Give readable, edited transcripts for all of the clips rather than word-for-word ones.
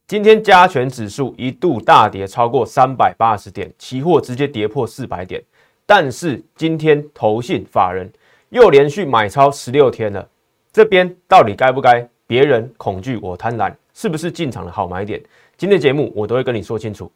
今天加权指数一度大跌超过380点，期货直接跌破400点。但是今天投信法人又连续买超16天了，这边到底该不该？别人恐惧我贪婪，是不是进场的好买点？今天节目我都会跟你说清楚。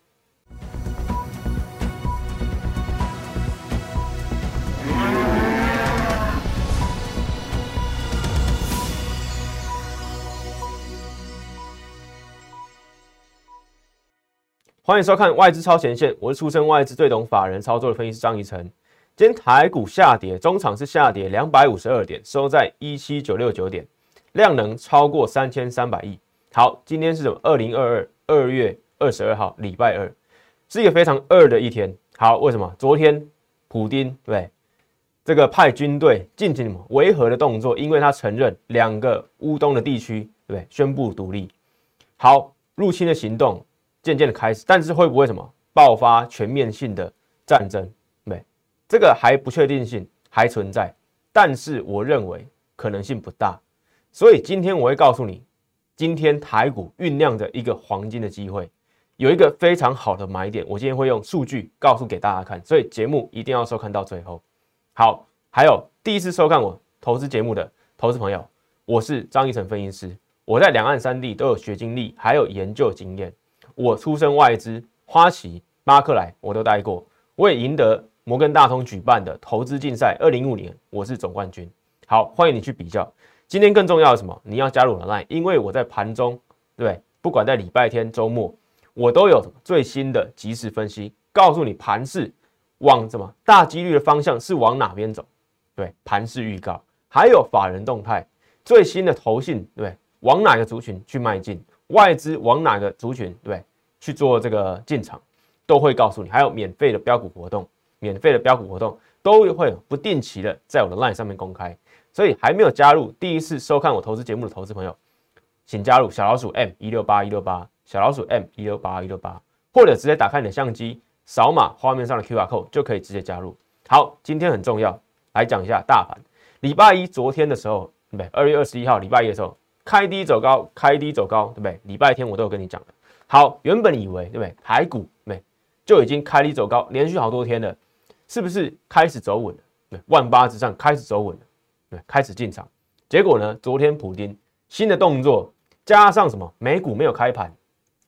欢迎收看外资超前线，我是出身外资最懂法人操作的分析师张宜晨。今天台股下跌，中场是下跌252点，收在17969点，量能超过3300亿。好，今天是什么？2022 2月22号，礼拜二，是一个非常的一天。好，为什么？昨天普丁对不对？这个派军队进行什么维和的动作？因为他承认2个乌东的地区对不对宣布独立。好，入侵的行动渐渐的开始，但是会不会什么爆发全面性的战争？对，这个还不确定性还存在，但是我认为可能性不大。所以今天我会告诉你，今天台股酝酿着一个黄金的机会，有一个非常好的买点。我今天会用数据告诉给大家看，所以节目一定要收看到最后。好，还有第一次收看我投资节目的投资朋友，我是张宜晨分析师，我在两岸三地都有学经历，还有研究经验。我出身外资，花旗、巴克莱我都待过，我也赢得摩根大通举办的投资竞赛，2015年我是总冠军。好，欢迎你去比较。今天更重要的是什么？你要加入我的 LINE， 因为我在盘中，对不对？不管在礼拜天、周末，我都有最新的即时分析，告诉你盘势往什么大几率的方向是往哪边走，对，盘势预告，还有法人动态，最新的投信，对，往哪个族群去迈进，外资往哪个族群，对，去做这个进场，都会告诉你。还有免费的标股活动，都会不定期的在我的 LINE 上面公开。所以还没有加入，第一次收看我投资节目的投资朋友，请加入小老鼠 M168168，小老鼠 M168168，或者直接打开你的相机，扫码画面上的 QR code 就可以直接加入。好，今天很重要，来讲一下大盘。礼拜一昨天的时候，对不对？2月21号礼拜一的时候，开低走高，对不对？礼拜天我都有跟你讲的。好，原本以为对不对？台股对就已经开低走高，连续好多天了，是不是开始走稳了？对，18000之上开始走稳了。开始进场，结果呢？昨天普丁新的动作，加上什么？美股没有开盘，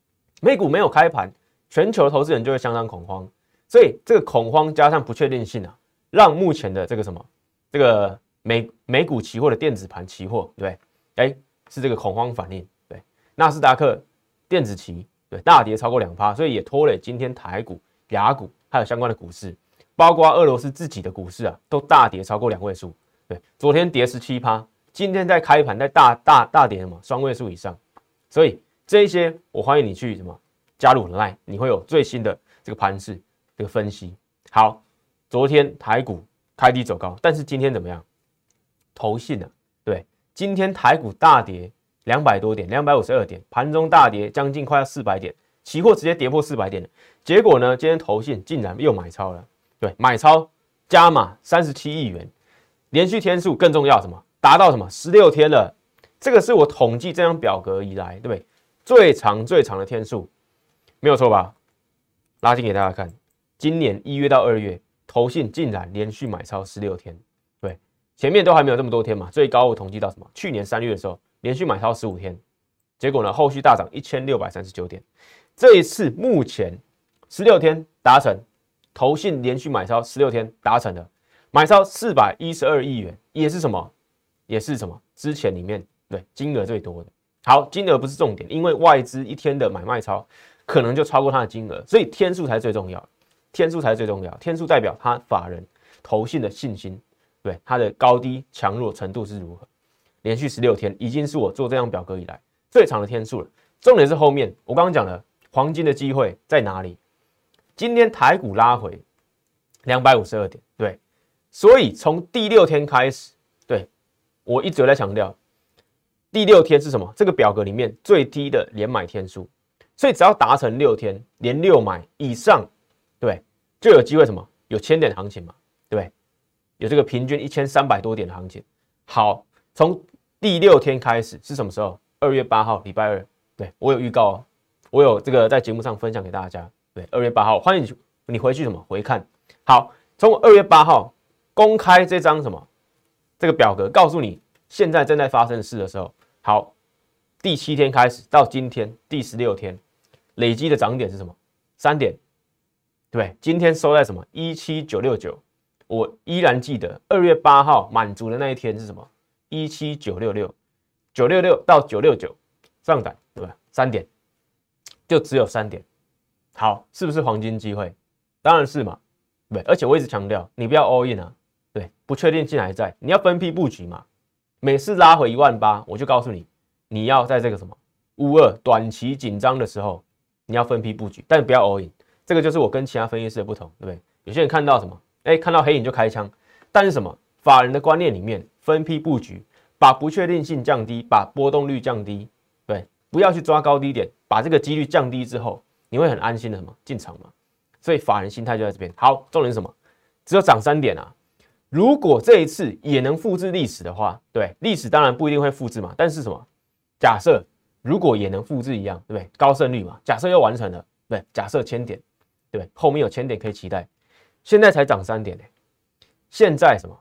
全球投资人就会相当恐慌，所以这个恐慌加上不确定性啊，让目前的这个什么，这个美股期货的电子盘期货，对不对？是这个恐慌反应，对，纳斯达克电子期对大跌超过2%，所以也拖累今天台股、亚股还有相关的股市，包括俄罗斯自己的股市啊，都大跌超过2位数。对，昨天跌17%，今天在开盘在大跌什么双位数以上，所以这一些我欢迎你去什么加入我的 LINE， 你会有最新的这个盘势这个分析。好，昨天台股开低走高，但是今天怎么样？投信啊，对，今天台股大跌200多点，252点，盘中大跌将近快要400点，期货直接跌破400点了。结果呢，今天投信竟然又买超了，对，买超加码37亿元。连续天数更重要，什么？达到什么？16天了，这个是我统计这张表格以来，对不对？最长的天数，没有错吧？拉近给大家看，今年1月到2月，投信竟然连续买超16天，对，前面都还没有这么多天嘛，最高我统计到什么？去年3月的时候，连续买超15天，结果呢，后续大涨1639点，这一次目前16天达成，投信连续买超16天达成了。买超412亿元，也是什么？之前里面对金额最多的。好，金额不是重点，因为外资一天的买卖超可能就超过它的金额，所以天数才是最重要。天数代表它法人投信的信心，对它的高低强弱程度是如何。连续16天已经是我做这张表格以来最长的天数了。重点是后面我刚刚讲了黄金的机会在哪里？今天台股拉回252点，对。所以从第6天开始，对我一直有在强调，第6天是什么？这个表格里面最低的连买天数，所以只要达成6天连6买以上，对，就有机会什么？有1000点行情嘛，对不对？有这个平均1300多点的行情。好，从第6天开始是什么时候？2月8号礼拜二，对我有预告哦， 我有这个在节目上分享给大家。对，2月8号，欢迎你回去什么回看。好，从2月8号公开这张什么这个表格，告诉你现在正在发生的事的时候，好，第7天开始到今天第16天，累积的涨点是什么？3点，对，今天收在什么？17969，我依然记得2月8号满足的那一天是什么？17966，966到969上涨，对吧？3点，就只有3点。好，是不是黄金机会？当然是嘛，对。而且我一直强调，你不要 all in 啊，对，不确定性还在，你要分批布局嘛。每次拉回18000，我就告诉你，你要在这个什么乌二短期紧张的时候，你要分批布局，但不要 all in。这个就是我跟其他分析师的不同，对不对？有些人看到什么，看到黑影就开枪，但是什么法人的观念里面，分批布局，把不确定性降低，把波动率降低，对，不要去抓高低点，把这个几率降低之后。你会很安心的什么进场嘛？所以法人心态就在这边。好，重点是什么？只有涨3点啊！如果这一次也能复制历史的话，对，历史当然不一定会复制嘛。但是什么？假设如果也能复制一样，对不对？高胜率嘛。假设又完成了，对，假设1000点，对不对？后面有1000点可以期待。现在才涨3点现在什么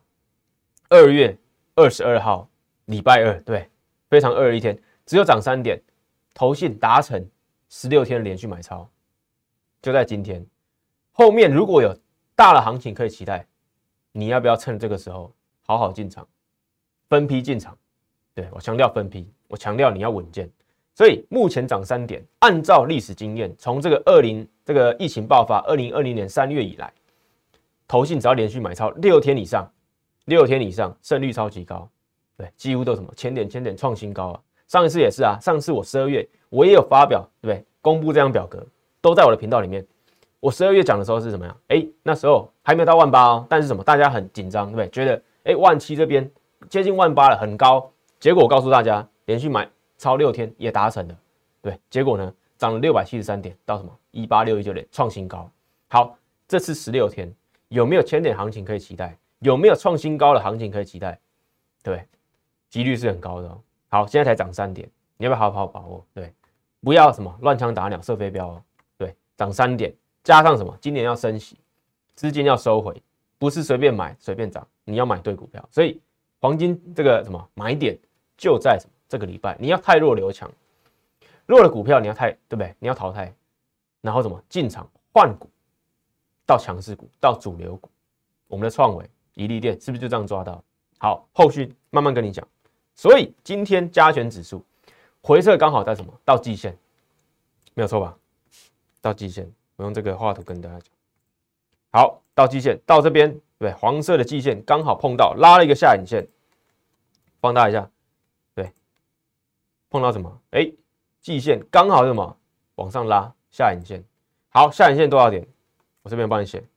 ？2月22号，礼拜二，对，非常2的一天，只有涨3点，投信达成。16天的连续买超，就在今天。后面如果有大的行情可以期待，你要不要趁这个时候好好进场，分批进场？对，我强调分批，我强调你要稳健。所以目前涨3点，按照历史经验，从这个这个疫情爆发2020年3月以来，投信只要连续买超6天以上，6天以上胜率超级高，对，几乎都什么1000点创新高啊。上一次也是啊，上次我12月我也有发表，对不对？公布这张表格，都在我的频道里面。我12月讲的时候是怎么样？那时候还没有到18000哦，但是什么？大家很紧张，对不对？觉得17000这边接近18000了，很高。结果我告诉大家，连续买超6天也达成了，对。结果呢，涨了673点到什么18619点，创新高。好，这次16天有没有1000点行情可以期待？有没有创新高的行情可以期待？对，几率是很高的哦。好，现在才涨3点，你要不要好好把握？对，不要什么乱枪打鸟、射飞镖哦。对，涨3点，加上什么？今年要升息，资金要收回，不是随便买随便涨，你要买对股票。所以黄金这个什么买点就在什么这个礼拜，你要太弱留强，弱的股票你要对不对？你要淘汰，然后什么进场换股到强势股，到主流股。我们的创维、怡利电是不是就这样抓到？好，后续慢慢跟你讲。所以今天加权指数回撤刚好在什么？到季线，没有错吧？到季线，我用这个画图跟大家讲。好，到季线，到这边，对，黄色的季线刚好碰到，拉了一个下影线，放大一下，对，碰到什么？季线刚好是什么？往上拉下影线。好，下影线多少点？我这边帮你写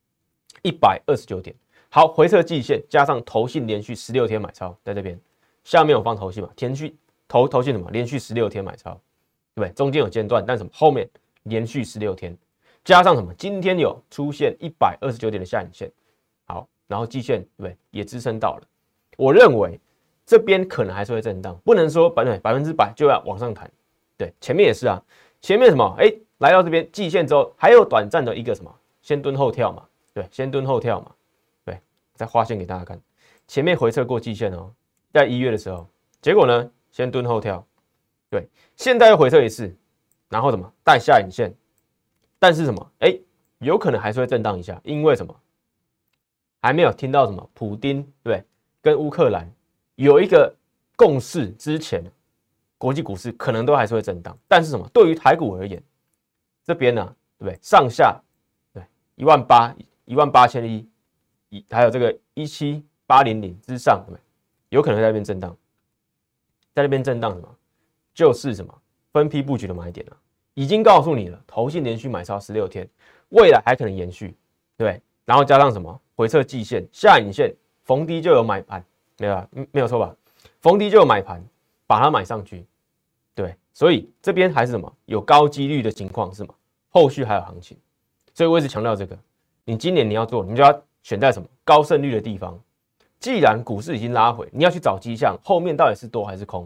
，129点。好，回撤季线加上投信连续16天买超，在这边。下面我放投信嘛，连续投信什么？连续16天买超，对不对？中间有间断，但什么？后面连续16天，加上什么？今天有出现129点的下影线，好，然后季线对不对？也支撑到了。我认为这边可能还是会震荡，不能说100%就要往上弹。对，前面也是啊，前面什么？来到这边季线之后，还有短暂的一个什么？先蹲后跳嘛，对，先蹲后跳嘛，对，再画线给大家看，前面回撤过季线哦。在1月的时候，结果呢，先蹲后跳，对，现在又回撤一次，然后什么带下影线，但是什么，有可能还是会震荡一下，因为什么，还没有听到什么普丁对跟乌克兰有一个共识之前，国际股市可能都还是会震荡，但是什么，对于台股而言，这边呢，对不对？上下对18000、18001，还有这个17800之上，对不对？有可能在那边震荡，在那边震荡什么？就是什么分批布局的买点啊，已经告诉你了，投信连续买超16天，未来还可能延续，对不对？然后加上什么回撤季线、下影线，逢低就有买盘，没有错吧？逢低就有买盘，把它买上去，对，所以这边还是什么有高几率的情况是吗？后续还有行情，所以我一直强调这个，你今年你要做，你就要选在什么高胜率的地方。既然股市已经拉回，你要去找迹象，后面到底是多还是空？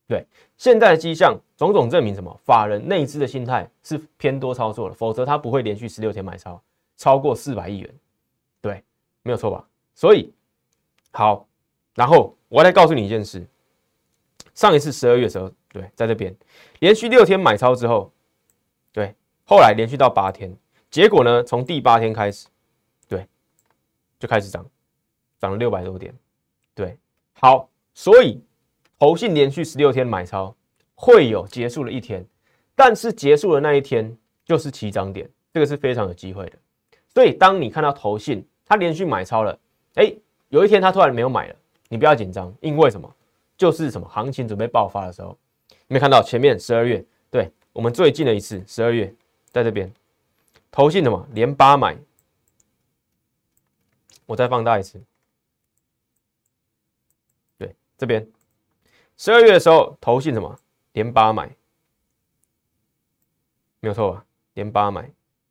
对，现在的迹象种种证明什么？法人内资的心态是偏多操作的，否则他不会连续16天买超过400亿元。对，没有错吧？所以好，然后我来告诉你一件事：上一次12月的时候，对，在这边连续6天买超之后，对，后来连续到8天，结果呢，从第8天开始，对，就开始涨了600多点。对，好，所以投信连续16天买超会有结束的一天，但是结束的那一天就是起涨点，这个是非常有机会的。所以当你看到投信它连续买超了，有一天它突然没有买了，你不要紧张，因为什么？就是什么行情准备爆发的时候，你没看到前面12月，对我们最近的一次12月，在这边投信的嘛连8买，我再放大一次，对这边12月的时候投信什么连8买，没有错吧？连8买，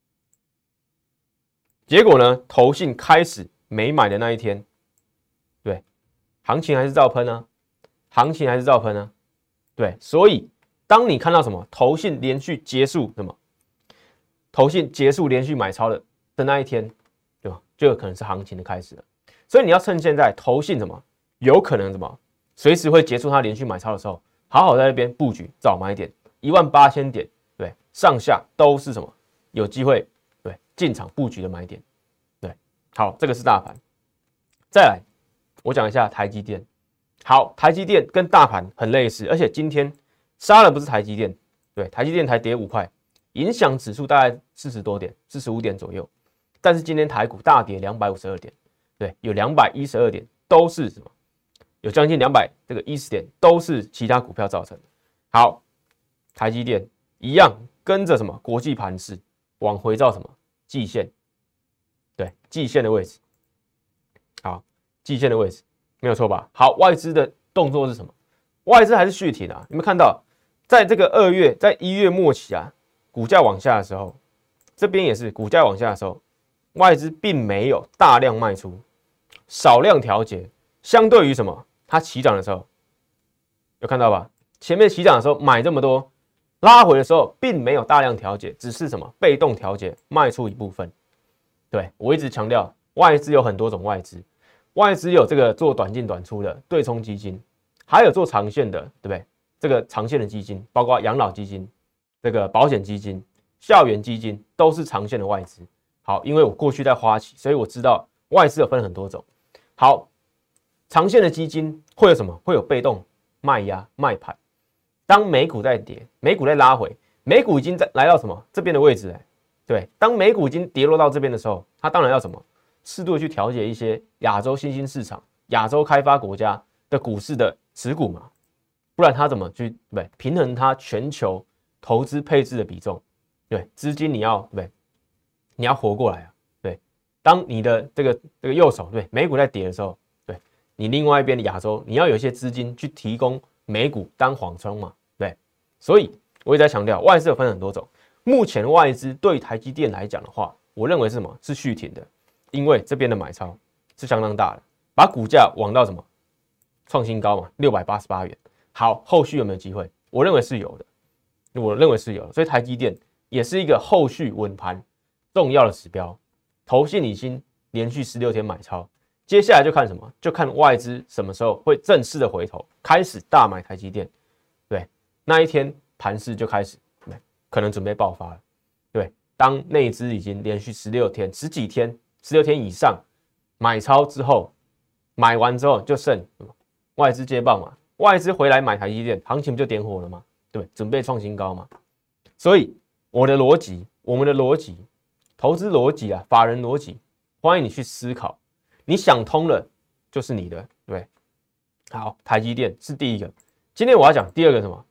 结果呢，投信开始没买的那一天，对，行情还是照喷啊，行情还是照喷啊，对，所以当你看到什么投信连续结束什么，投信结束连续买超的那一天，对吧？就有可能是行情的开始了。所以你要趁现在投信什么有可能什么随时会结束它连续买超的时候，好好在那边布局找买点，18000点，对，上下都是什么有机会对进场布局的买点，对，好，这个是大盘。再来，我讲一下台积电。好，台积电跟大盘很类似，而且今天杀了不是台积电，对，台积电才跌5块，影响指数大概40多点，45点左右。但是今天台股大跌252点，对，有212点都是什么？有将近210点都是其他股票造成的。好，台积电一样跟着什么国际盘势往回照什么季线，对，季线的位置。好，季线的位置没有错吧？好，外资的动作是什么？外资还是续挺啊？有没有看到，在这个在1月末期啊，股价往下的时候，这边也是股价往下的时候，外资并没有大量卖出，少量调节。相对于什么？它起涨的时候，有看到吧？前面起涨的时候买这么多，拉回的时候并没有大量调节，只是什么被动调节卖出一部分。对，我一直强调，外资有很多种外资，外资有这个做短进短出的对冲基金，还有做长线的，对不对？这个长线的基金，包括养老基金、这个保险基金、校园基金，都是长线的外资。好，因为我过去在花旗，所以我知道外资有分很多种。好，长线的基金会有什么？会有被动卖压、卖盘。当美股在跌，美股在拉回，美股已经来到什么这边的位置？对，当美股已经跌落到这边的时候，它当然要什么？适度的去调节一些亚洲新兴市场、亚洲开发国家的股市的持股嘛，不然它怎么去对平衡它全球投资配置的比重？对，资金你要对，你要活过来啊！对，当你的这个右手对美股在跌的时候，对你另外一边的亚洲，你要有一些资金去提供美股当缓冲嘛，对，所以我也在强调，外资有分很多种。目前外资对台积电来讲的话，我认为是什么？是续挺的，因为这边的买超是相当大的，把股价往到什么创新高嘛，688元。好，后续有没有机会？我认为是有的，我认为是有的。所以台积电也是一个后续稳盘重要的指标。投信已经连续16天买超，接下来就看什么？就看外资什么时候会正式的回头，开始大买台积电。对，那一天盘势就开始。可能准备爆发了，对，当内资已经连续16天、10几天、16天以上买超之后，买完之后就剩外资接棒嘛，外资回来买台积电，行情不就点火了吗？对，准备创新高嘛。所以我们的逻辑，投资逻辑啊，法人逻辑，欢迎你去思考，你想通了就是你的，对。好，台积电是第一个，今天我要讲第二个什么？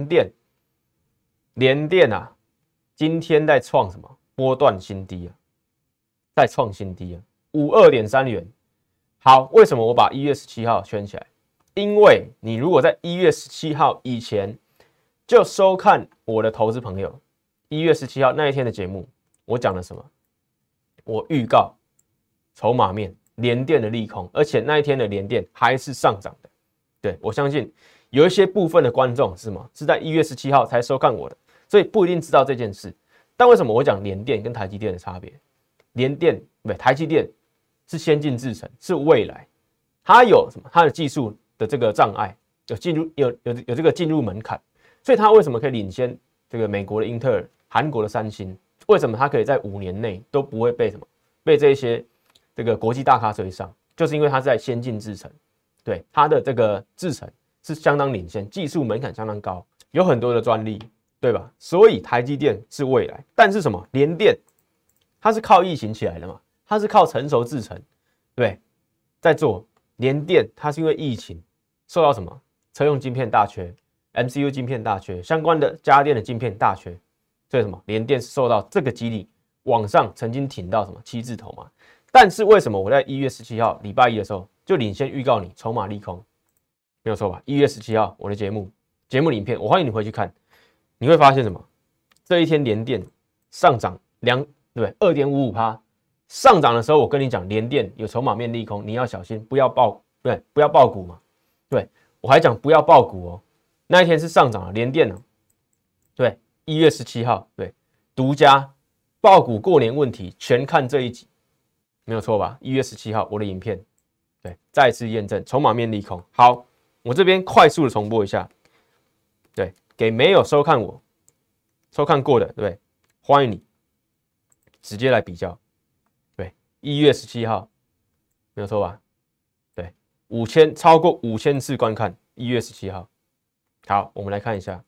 联电啊，今天在创什么波段新低啊？在创新低啊，52.3元。好，为什么我把1月17号圈起来？因为你如果在1月17号以前就收看我的投资朋友1月17号那一天的节目，我讲了什么？我预告筹码面联电的利空，而且那一天的联电还是上涨的。对，我相信有一些部分的观众是什么？是在1月17号才收看我的，所以不一定知道这件事。但为什么我讲联电跟台积电的差别？联电台积电是先进制程，是未来，它有什么？它的技术的这个障碍，有这个进入门槛，所以它为什么可以领先这个美国的英特尔、韩国的三星？为什么它可以在5年内都不会被什么？被这些这个国际大咖追上？就是因为它在先进制程，对它的这个制程是相当领先，技术门槛相当高，有很多的专利，对吧？所以台积电是未来，但是什么？联电它是靠疫情起来的嘛，它是靠成熟制程，对，在做联电，它是因为疫情受到什么？车用晶片大缺 ，MCU 晶片大缺，相关的家电的晶片大缺，所以什么？联电是受到这个激励，往上曾经挺到什么7字头嘛。但是为什么我在1月17号礼拜一的时候就领先预告你筹码利空？没有错吧？1月17号我的节目影片，我欢迎你回去看，你会发现什么？这一天联电上涨2.55%，上涨的时候我跟你讲，联电有筹码面利空，你要小心，不要爆股嘛。对，我还讲不要爆股哦。那一天是上涨了，联电呢，对，1月17号，对，独家爆股过年问题，全看这一集。没有错吧？1月17号我的影片，对，再次验证筹码面利空。好，我这边快速的重播一下，对，给没有收看过的，对，欢迎你直接来比较，对，1月17号，没有错吧？对超过5000次观看，1月17号。好，我们来看一下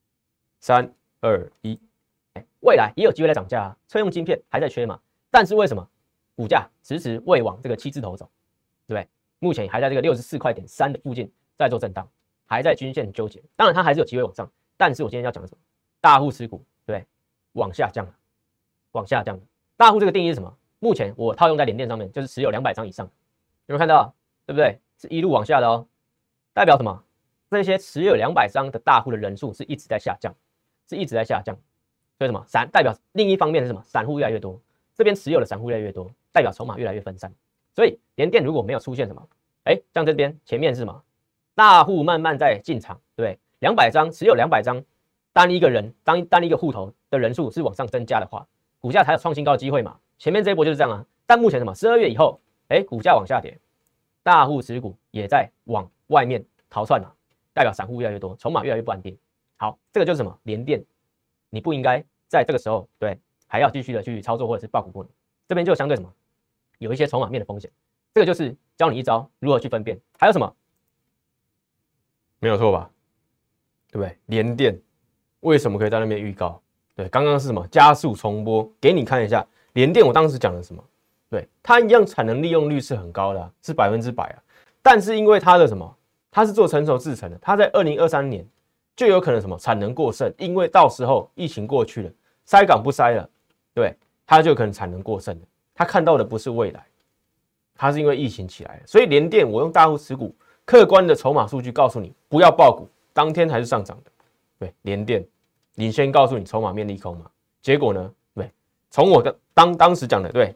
，3、2、1， 未来也有机会来涨价啊，车用晶片还在缺嘛，但是为什么？股价迟迟未往这个7字头走，对不对？目前还在这个64.3块的附近在做震荡，还在均线纠结。当然它还是有机会往上，但是我今天要讲的什么？大户持股，对不对？往下降了，往下降了。大户这个定义是什么？目前我套用在联电上面，就是持有200张以上，有没有看到？对不对？是一路往下的哦，代表什么？这些持有200张的大户的人数是一直在下降，是一直在下降。所以什么？代表另一方面是什么？散户越来越多，这边持有的散户越来越多。代表筹码越来越分散，所以联电如果没有出现什么，像这边前面是什么？大户慢慢在进场，对不对？200张持有200张，单一个人单一个户头的人数是往上增加的话，股价才有创新高的机会嘛。前面这一波就是这样啊，但目前什么？12月以后，股价往下跌，大户持股也在往外面逃窜嘛，代表散户越来越多，筹码越来越不安定。好，这个就是什么？联电，你不应该在这个时候对还要继续的去操作或者是抱股过年，这边就相对什么？有一些筹码面的风险，这个就是教你一招如何去分辨。还有什么？ 没有错吧？对不对？联电为什么可以在那边预告？对，刚刚是什么？加速重播，给你看一下。联电我当时讲了什么？对，它一样产能利用率是很高的，是100%啊。但是因为它的什么？它是做成熟制程的，它在2023年就有可能什么产能过剩，因为到时候疫情过去了，塞港不塞了，对，它就有可能产能过剩了。他看到的不是未来，他是因为疫情起来了，所以联电我用大户持股，客观的筹码数据告诉你不要爆股，当天还是上涨的。对，联电领先告诉你筹码面利空嘛，结果呢？对，从我的当时讲的对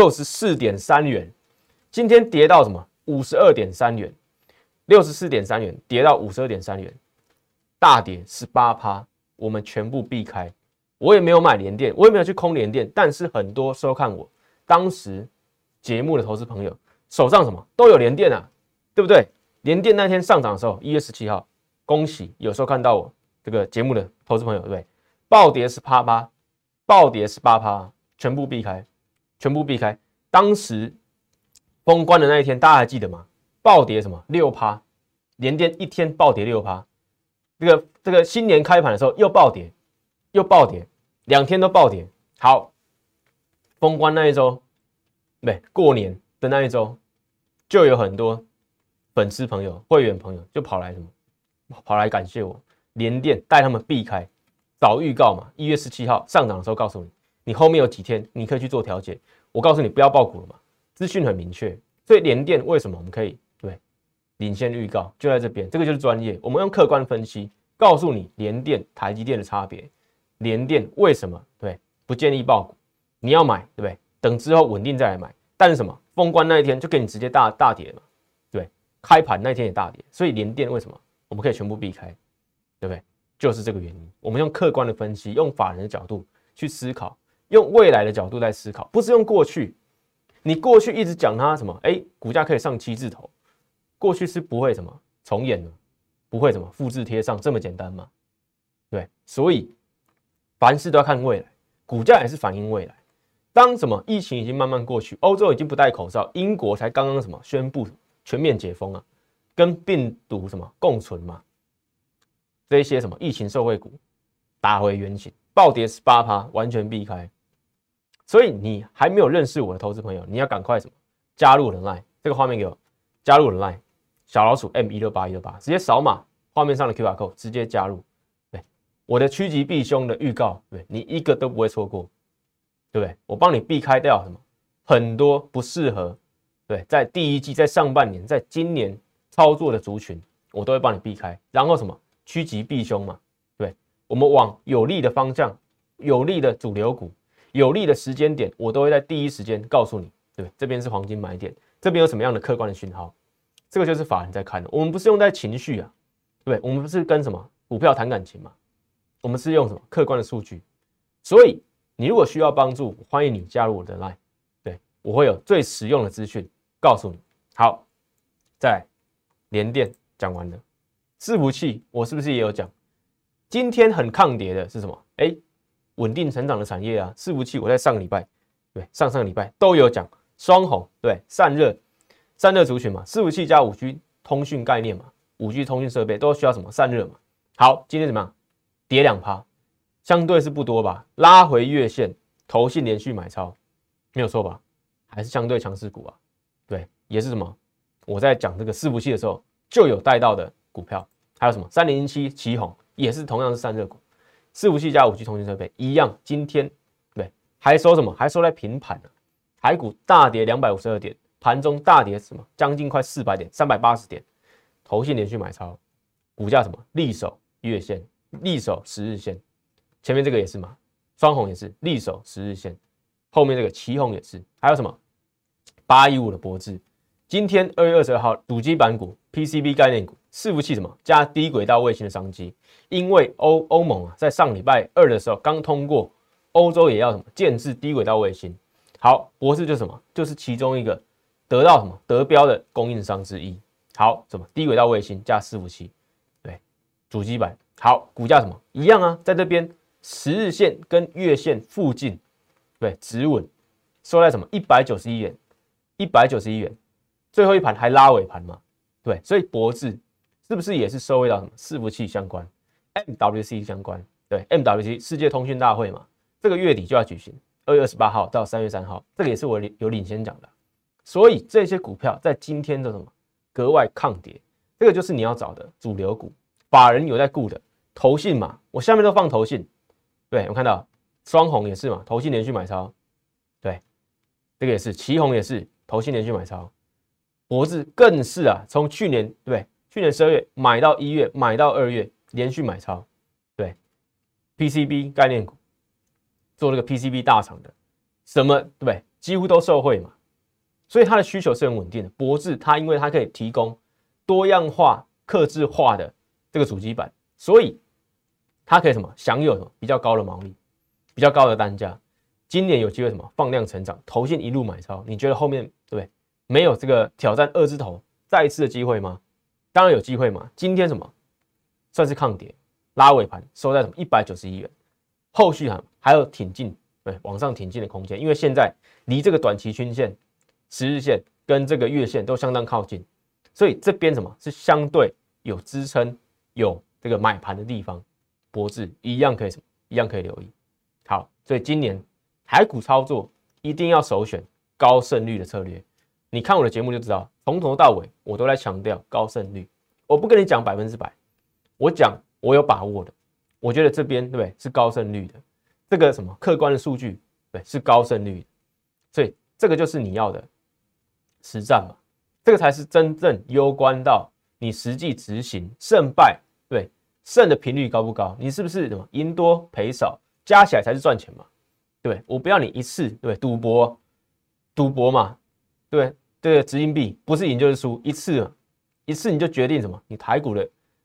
64.3元，今天跌到什么52.3元，64.3元跌到52.3元，大跌18%，我们全部避开。我也没有买联电，我也没有去空联电，但是很多收看我当时节目的投资朋友手上什么都有联电啊，对不对？联电那天上涨的时候，1月17号，恭喜有收看到我这个节目的投资朋友，对不对？暴跌18%，暴跌18%，全部避开，全部避开。当时封关的那一天，大家还记得吗？暴跌什么6%，联电一天暴跌6%。这个新年开盘的时候又暴跌，又暴跌，2天都暴跌。好。封关那一周，对，过年的那一周，就有很多粉丝朋友、会员朋友就跑来什么，跑来感谢我，联电带他们避开，早预告嘛。1月17号上涨的时候告诉你，你后面有几天你可以去做调节。我告诉你不要爆股了嘛，资讯很明确。所以联电为什么我们可以对领先预告就在这边，这个就是专业。我们用客观分析告诉你联电、台积电的差别，联电为什么对不建议爆股。你要买，对不对？等之后稳定再来买。但是什么？封关那一天就给你直接大跌嘛，对，开盘那一天也大跌。所以联电为什么我们可以全部避开，对不对？就是这个原因。我们用客观的分析，用法人的角度去思考，用未来的角度在思考，不是用过去。你过去一直讲它什么，股价可以上7字头，过去是不会什么重演的，不会什么复制贴上这么简单嘛？对，所以凡事都要看未来，股价也是反映未来。当什么疫情已经慢慢过去，欧洲已经不戴口罩，英国才刚刚什么宣布全面解封啊，跟病毒什么共存嘛，这些什么疫情受惠股打回原形，暴跌18%，完全避开。所以你还没有认识我的投资朋友，你要赶快什么加入我的 LINE， 这个画面给我，加入我的 LINE， 小老鼠 M168168， 直接扫码画面上的 QR code 直接加入。对，我的趋吉避凶的预告，对你一个都不会错过，对不对？我帮你避开掉什么很多不适合，对，在第一季、在上半年、在今年操作的族群，我都会帮你避开。然后什么趋吉避凶嘛，对，我们往有利的方向、有利的主流股、有利的时间点，我都会在第一时间告诉你，对，这边是黄金买点，这边有什么样的客观的讯号，这个就是法人在看的。我们不是用在情绪啊，对不对？我们不是跟什么股票谈感情嘛，我们是用什么客观的数据。所以你如果需要帮助，欢迎你加入我的 LINE， 对，我会有最实用的资讯告诉你。好，再来联电讲完了，伺服器我是不是也有讲？今天很抗跌的是什么？稳定成长的产业啊，伺服器我在上个礼拜，对，上个礼拜都有讲，双红，对，散热族群嘛，伺服器加5G 通讯概念嘛，5G 通讯设备都需要什么散热嘛。好，今天怎么样？跌2%，相对是不多吧？拉回月线，投信连续买超，没有错吧？还是相对强势股啊，对，也是什么？我在讲这个伺服器的时候就有带到的股票，还有什么3007奇鋐也是同样是散热股。伺服器加5G 通讯设备一样，今天对还收什么？还收在平盘呢、台股大跌252点，盘中大跌什么？将近快400点，380点，投信连续买超，股价什么？力守月线，力守10日线，前面这个也是嘛，双红也是力守10日线，后面这个奇鋐也是，还有什么815的博智，今天2月22号主机板股、PCB 概念股、伺服器什么加低轨道卫星的商机。因为欧盟啊，在上礼拜2的时候刚通过，欧洲也要什么建制低轨道卫星。好，博士就是什么？就是其中一个得到什么得标的供应商之一。好，什么低轨道卫星加伺服器，对，主机板。好，股价什么一样啊，在这边10日线跟月线附近，对，止稳，收在什么191元，191元，最后一盘还拉尾盘嘛，对，所以博智是不是也是收回到什么伺服器相关？ MWC 相关，对 MWC 世界通讯大会嘛，这个月底就要举行，2月28号到3月3号，这个也是我有领先讲的，所以这些股票在今天的什么格外抗跌，这个就是你要找的主流股，法人有在顾的，投信嘛，我下面都放投信，对我看到双红也是嘛，投信连续买超，对，这个也是，奇鋐也是投信连续买超，博智更是啊，从去年对去年12月买到1月，买到2月。连续买超，对 PCB 概念股，做那个 PCB 大厂的，什么对不对？几乎都受惠嘛，所以它的需求是很稳定的。博智它因为它可以提供多样化、客制化的这个主机板，所以它可以什么享有什么比较高的毛利、比较高的单价。今年有机会什么放量成长，投信一路买超，你觉得后面对不对？没有这个挑战2字头再一次的机会吗？当然有机会嘛。今天什么？算是抗跌，拉尾盘收在什么191元，后续还有挺进，对，往上挺进的空间，因为现在离这个短期均线、10日线跟这个月线都相当靠近，所以这边什么是相对有支撑、有这个买盘的地方，博智一样可以什么，一样可以留意。好，所以今年台股操作一定要首选高胜率的策略。你看我的节目就知道，从头到尾我都在强调高胜率，我不跟你讲100%。我讲我有把握的，我觉得这边对不对是高胜率的，这个什么客观的数据对是高胜率的，所以这个就是你要的实战嘛，这个才是真正攸关到你实际执行胜败，对胜的频率高不高，你是不是什么赢多赔少加起来才是赚钱嘛，对我不要你一次对赌博嘛，对这个掷硬币不是赢就是输一次嘛，一次你就决定什么你台股的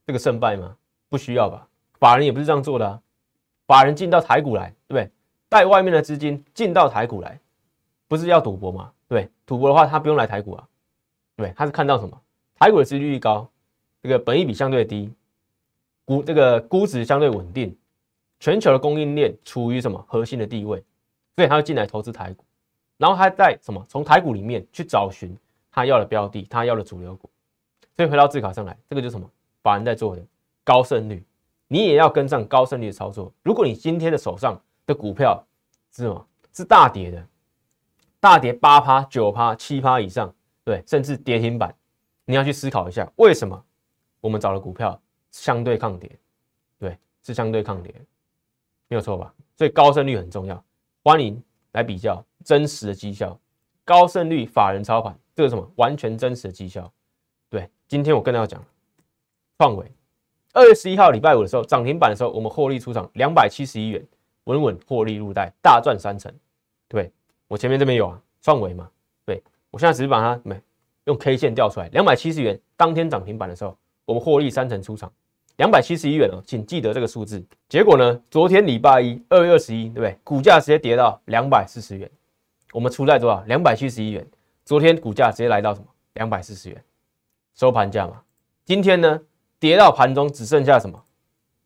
这个胜败吗？不需要吧？法人也不是这样做的啊。法人进到台股来，对不对？带外面的资金进到台股来，不是要赌博吗？对，赌博的话他不用来台股啊，对，他是看到什么？台股的殖利率高，这个本益比相对低，这个估值相对稳定，全球的供应链处于什么核心的地位，所以他会进来投资台股，然后他在什么从台股里面去找寻他要的标的，他要的主流股。所以回到自考上来，这个就是什么？法人在做的高胜率，你也要跟上高胜率的操作。如果你今天的手上的股票是什么？是大跌的，大跌8%、9%、7%以上，对，甚至跌停板，你要去思考一下，为什么我们找的股票相对抗跌？对，是相对抗跌，没有错吧？所以高胜率很重要，欢迎来比较真实的绩效，高胜率法人操盘，这个什么完全真实的绩效。对，今天我更要讲创惟，2月11号礼拜五的时候涨停板的时候，我们获利出场271元，稳稳获利入袋，大赚3成。对，我前面这边有啊，创惟嘛，对我现在只是把它用 K 线调出来，270元当天涨停板的时候，我们获利3成出场，271元哦，请记得这个数字。结果呢，昨天礼拜一2月21，对不对？股价直接跌到240元，我们出在多少？271元，昨天股价直接来到什么？240元。收盘价嘛，今天呢跌到盘中只剩下什么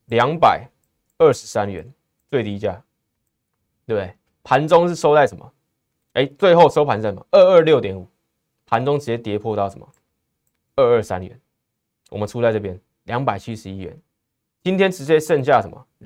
223元最低价，对不对？盘中是收在什么？最后收盘在什么？226.5，盘中直接跌破到什么223元，我们出在这边271元，今天直接剩下什么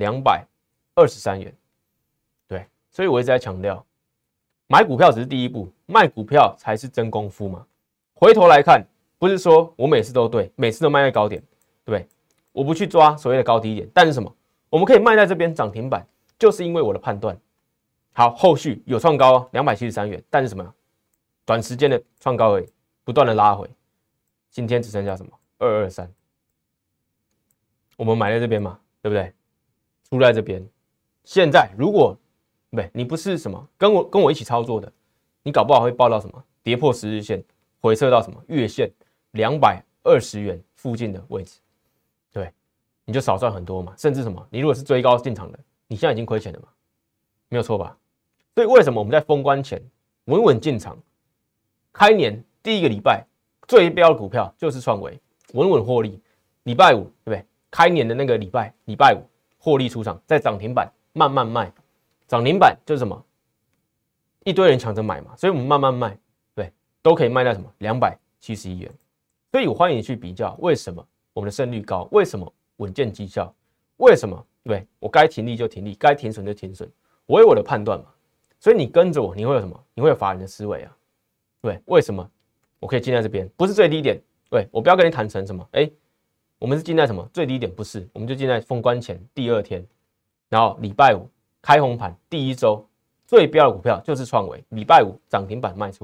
223元，对，所以我一直在强调，买股票只是第一步，卖股票才是真功夫嘛。回头来看。不是说我每次都对，每次都卖在高点，对不对？我不去抓所谓的高低点，但是什么？我们可以卖在这边涨停板，就是因为我的判断。好，后续有创高273元，但是什么？短时间的创高而已，不断的拉回。今天只剩下什么223，我们买在这边嘛，对不对？出在这边。现在如果你不是什么跟我一起操作的，你搞不好会报到什么跌破10日线，回撤到什么月线。220元附近的位置，对，你就少赚很多嘛。甚至什么，你如果是追高进场的，你现在已经亏钱了嘛，没有错吧？所以为什么我们在封关前稳稳进场，开年第一个礼拜最标的股票就是创惟，稳稳获利。礼拜五对不对？开年的那个礼拜五获利出场，在涨停板慢慢卖，涨停板就是什么？一堆人抢着买嘛，所以我们慢慢卖，对，都可以卖到什么271元。所以我欢迎你去比较，为什么我们的胜率高？为什么稳健绩效？为什么？对，我该停利就停利，该停损就停损，我有我的判断嘛。所以你跟着我，你会有什么？你会有法人的思维啊。对，为什么我可以进在这边？不是最低点，对我不要跟你坦诚什么，我们是进在什么最低点？不是，我们就进在封关前第2天，然后礼拜五开红盘第1周最标的股票就是创惟，礼拜五涨停板卖出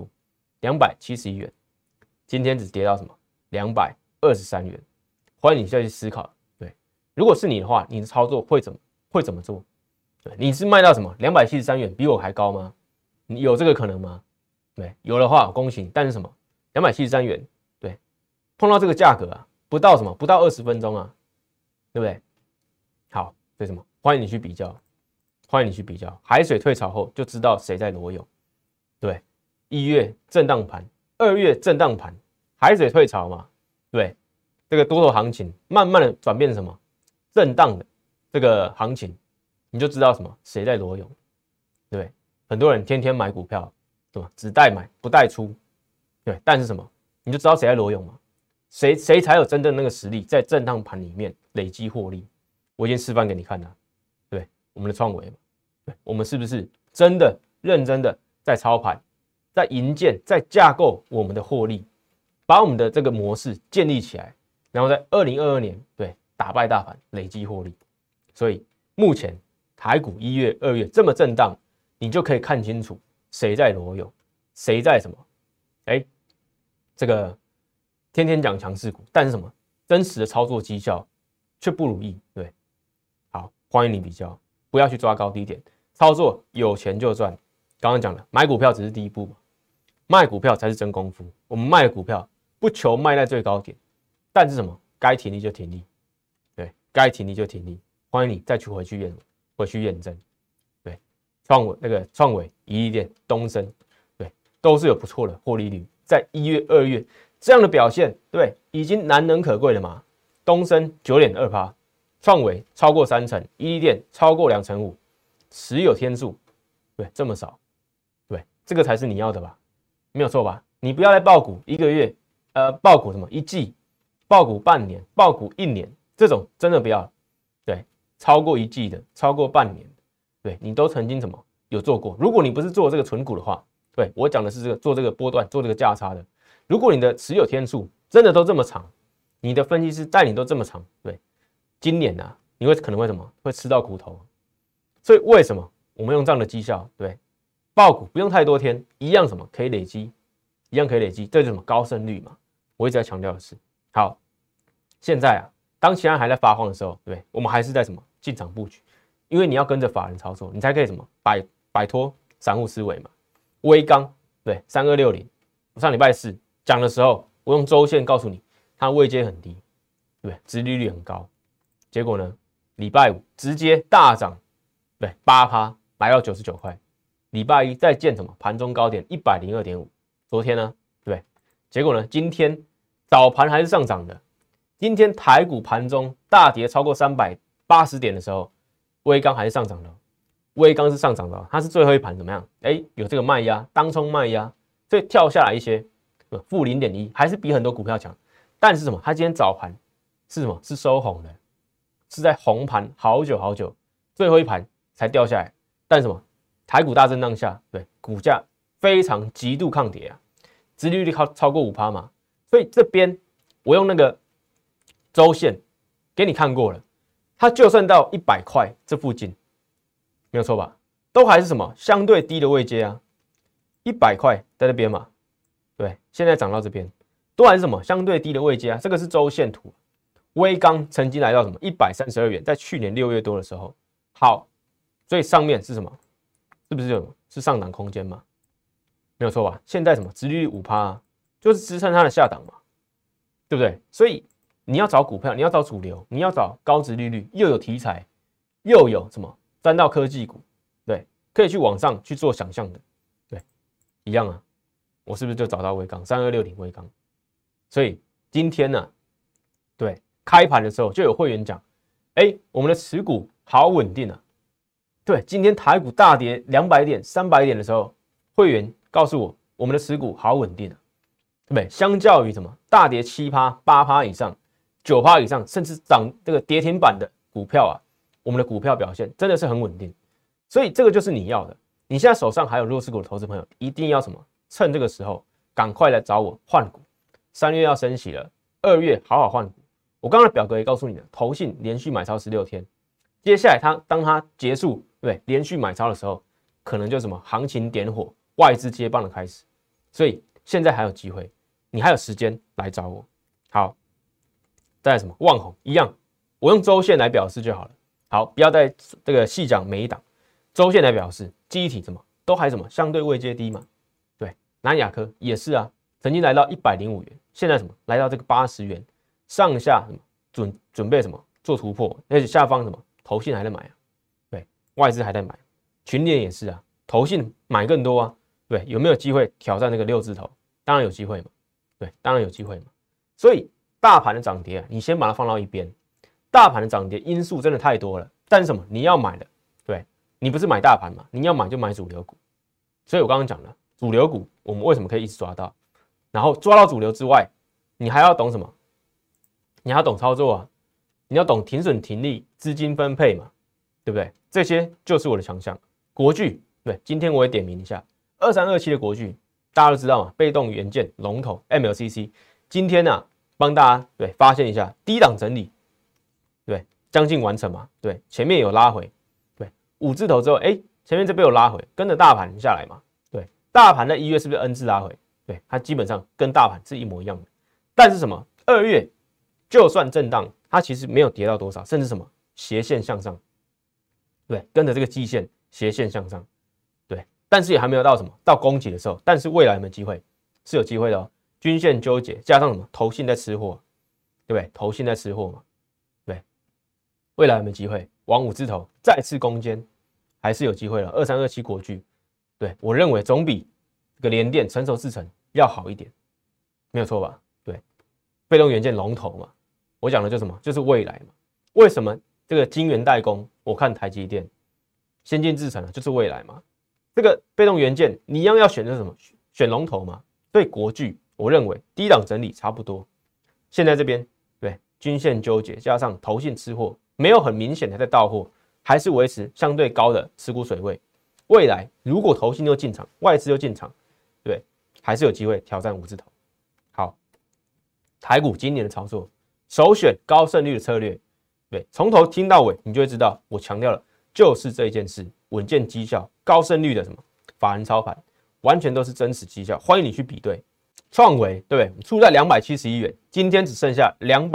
271元，今天只跌到什么223元，欢迎你再去思考。对，如果是你的话，你的操作会怎么做？对，你是卖到什么273元，比我还高吗？你有这个可能吗？对，有的话恭喜你。但是什么273元，对，碰到这个价格啊，不到20分钟啊，对不对？好，所以什么？欢迎你去比较，欢迎你去比较。海水退潮后就知道谁在裸泳。对，1月震荡盘，2月震荡盘。海水退潮嘛，对，这个多头行情慢慢的转变成什么震荡的这个行情，你就知道什么谁在裸泳，对不对？很多人天天买股票，对吧？只带买不带出，对，但是什么你就知道谁在裸泳嘛？谁才有真正那个实力在震荡盘里面累积获利？我已经示范给你看了，对，我们的创惟嘛，对，我们是不是真的认真的在操盘，在营建，在架构我们的获利？把我们的这个模式建立起来，然后在2022年对打败大盘，累积获利。所以目前台股1月、2月这么震荡，你就可以看清楚谁在裸泳，谁在什么？这个天天讲强势股，但是什么真实的操作绩效却不如意。对，好，欢迎你比较，不要去抓高低点，操作有钱就赚。刚刚讲了，买股票只是第一步嘛，卖股票才是真功夫。我们卖的股票。不求卖在最高点，但是什么？该停利就停利， 该停利就停利，欢迎你再回去验证。对，创伟、怡利电、东升，对，都是有不错的获利率，在1月、2月这样的表现，对，已经难能可贵了嘛。东升 9.2%， 创伟超过30%，怡利电超过2.5%，持有天数，对，这么少，对，这个才是你要的吧？没有错吧？你不要来抱股1个月，抱股什么1季，抱股半年，抱股1年，这种真的不要。对，超过1季的，超过半年的，对你都曾经什么有做过？如果你不是做这个存股的话，对我讲的是做这个波段，做这个价差的。如果你的持有天数真的都这么长，你的分析师带你都这么长，对，今年啊，你可能会什么？会吃到苦头。所以为什么我们用这样的绩效，对，抱股不用太多天，一样什么可以累积，一样可以累积，这就是什么高胜率嘛？我一直在强调的是，好，现在啊，当其他人还在发慌的时候，对，我们还是在什么进场布局，因为你要跟着法人操作，你才可以什么摆脱散户思维嘛。威刚对3260，我上礼拜4讲的时候，我用周线告诉你，它位阶很低，对，殖利率很高，结果呢，礼拜5直接大涨，对，8%来到99块，礼拜1再见什么盘中高点102.5，昨天呢，对，结果呢，今天早盘还是上涨的。今天台股盘中大跌超过380点的时候，威刚还是上涨的，威刚是上涨的，它是最后一盘怎么样？有这个卖压，当冲卖压，所以跳下来一些，负0.1，还是比很多股票强。但是什么？它今天早盘是什么？是收红的，是在红盘好久，最后一盘才掉下来。但什么？台股大震荡下，对股价非常极度抗跌啊，殖利率超过5%嘛，所以这边我用那个周线给你看过了，它就算到100块这附近，没有错吧？都还是什么相对低的位阶啊，100块在这边嘛，对，现在涨到这边，都还是什么相对低的位阶啊。这个是周线图，威刚曾经来到什么132元，在去年6月多的时候，好，所以上面是什么？是不是上档空间嘛？没有错吧？现在什么殖利率5%啊，就是支撑它的下档嘛，对不对？所以你要找股票，你要找主流，你要找高殖利率，又有题材，又有什么沾到科技股，对，可以去往上去做想象的，对，一样啊。我是不是就找到威刚3260威刚？所以今天呢，对，开盘的时候就有会员讲，我们的持股好稳定啊。对，今天台股大跌200点、300点的时候，会员告诉我，我们的持股好稳定啊，对不对？相较于什么大跌7%、8%以上、9%以上，甚至涨这个跌停板的股票啊，我们的股票表现真的是很稳定。所以这个就是你要的。你现在手上还有弱势股的投资朋友，一定要什么？趁这个时候赶快来找我换股。3月要升息了，2月好好换股。我刚刚的表格也告诉你了，投信连续买超16天，接下来当它结束。对，连续买超的时候，可能就什么行情点火，外资接棒的开始，所以现在还有机会，你还有时间来找我。好，再来什么旺宏一样，我用周线来表示就好了。好，不要再这个细讲每一档，周线来表示，记忆体什么都还什么相对位阶低嘛。对，南亚科也是啊，曾经来到105元，现在什么来到这个80元上下什么准备什么做突破，而且下方什么投信还在买啊。外资还在买，群联也是啊，投信买更多啊，对，有没有机会挑战那个6字头？当然有机会嘛，对，当然有机会嘛。所以大盘的涨跌啊，你先把它放到一边，大盘的涨跌因素真的太多了。但是什么？你要买的，对，你不是买大盘嘛？你要买就买主流股。所以我刚刚讲了，主流股我们为什么可以一直抓到？然后抓到主流之外，你还要懂什么？你还要懂操作啊，你要懂停损停利、资金分配嘛。对不对？这些就是我的强项。国巨，对，今天我也点名一下，2327的国巨，大家都知道嘛，被动元件龙头 MLCC， 今天啊，帮大家对发现一下低档整理，对，将近完成嘛，对，前面有拉回，对，5字头之后，前面这边有拉回，跟着大盘下来嘛，对，大盘在1月是不是 N 字拉回？对，它基本上跟大盘是一模一样的。但是什么？2月就算震荡，它其实没有跌到多少，甚至什么斜线向上。对，跟着这个季线斜线向上，对，但是也还没有到什么到攻击的时候，但是未来有没有机会？是有机会的哦。均线纠结加上什么投信在吃货，对不对？投信在吃货嘛，对， 未来有没有机会往5字头再次攻坚？还是有机会了。2327国巨，对我认为总比这个联电成熟制程要好一点，没有错吧？对，被动元件龙头嘛，我讲的就是什么？就是未来嘛。为什么这个晶圆代工？我看台积电先进制程啊，就是未来嘛。这个被动元件你一样要选择什么？选龙头嘛。所以国巨，我认为低档整理差不多。现在这边对均线纠结，加上投信吃货，没有很明显的在到货，还是维持相对高的持股水位。未来如果投信又进场，外资又进场，对，还是有机会挑战5字头。好，台股今年的操作，首选高胜率的策略。对，从头听到尾，你就会知道我强调了，就是这一件事，稳健绩效、高胜率的什么法人操盘，完全都是真实绩效。欢迎你去比对。创维对不对？出在271元，今天只剩下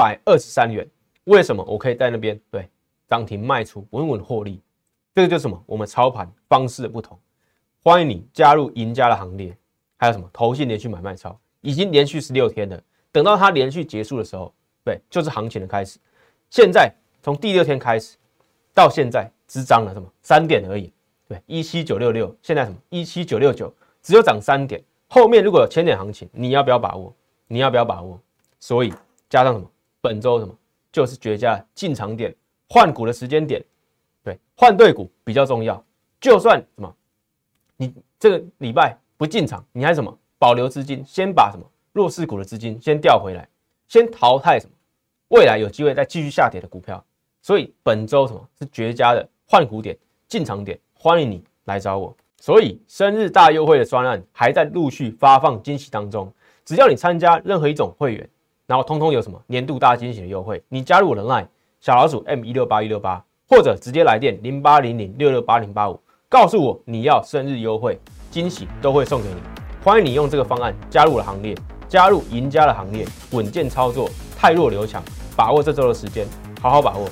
223元。为什么我可以在那边对涨停卖出，稳稳获利？这个就是什么？我们操盘方式的不同。欢迎你加入赢家的行列。还有什么？投信连续买卖超，已经连续16天了。等到它连续结束的时候，对，就是行情的开始。现在从第6天开始到现在，只涨了什么3点而已。对，17966，现在什么17969，只有涨3点。后面如果有1000点行情，你要不要把握？你要不要把握？所以加上什么？本周什么？就是绝佳进场点，换股的时间点。对，换对股比较重要。就算什么，你这个礼拜不进场，你还什么保留资金，先把什么弱势股的资金先调回来，先淘汰什么未来有机会再继续下跌的股票。所以本周什么是绝佳的换股点、进场点？欢迎你来找我。所以生日大优惠的专案还在陆续发放惊喜当中，只要你参加任何一种会员，然后通通有什么年度大惊喜的优惠，你加入我的 LINE 小老鼠 M168168，或者直接来电0800668085，告诉我你要生日优惠，惊喜都会送给你。欢迎你用这个方案加入我的行列，加入赢家的行列，稳健操作，汰弱留强，把握这周的时间，好好把握。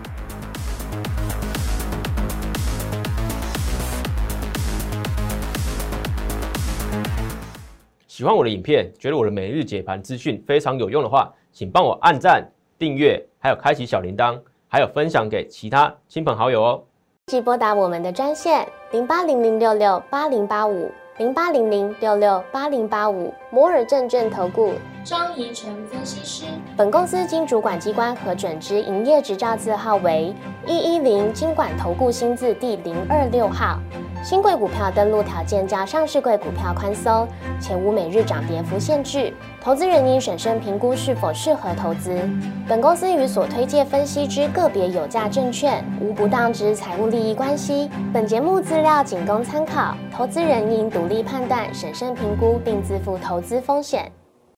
喜欢我的影片，觉得我的每日解盘资讯非常有用的话，请帮我按赞、订阅，还有开启小铃铛，还有分享给其他亲朋好友哦。 即拨打我们的专线0800668085，0800668085，摩尔证券投顾张怡晨分析师。 本公司经主管机关核准之营业执照字号为110金管投顾新字第026号。新贵股票登录条件较上市贵股票宽松，且无每日涨跌幅限制。投资人应审慎评估是否适合投资。本公司与所推介分析之个别有价证券无不当之财务利益关系。本节目资料仅供参考，投资人应独立判断、审慎评估，并自负投资风险。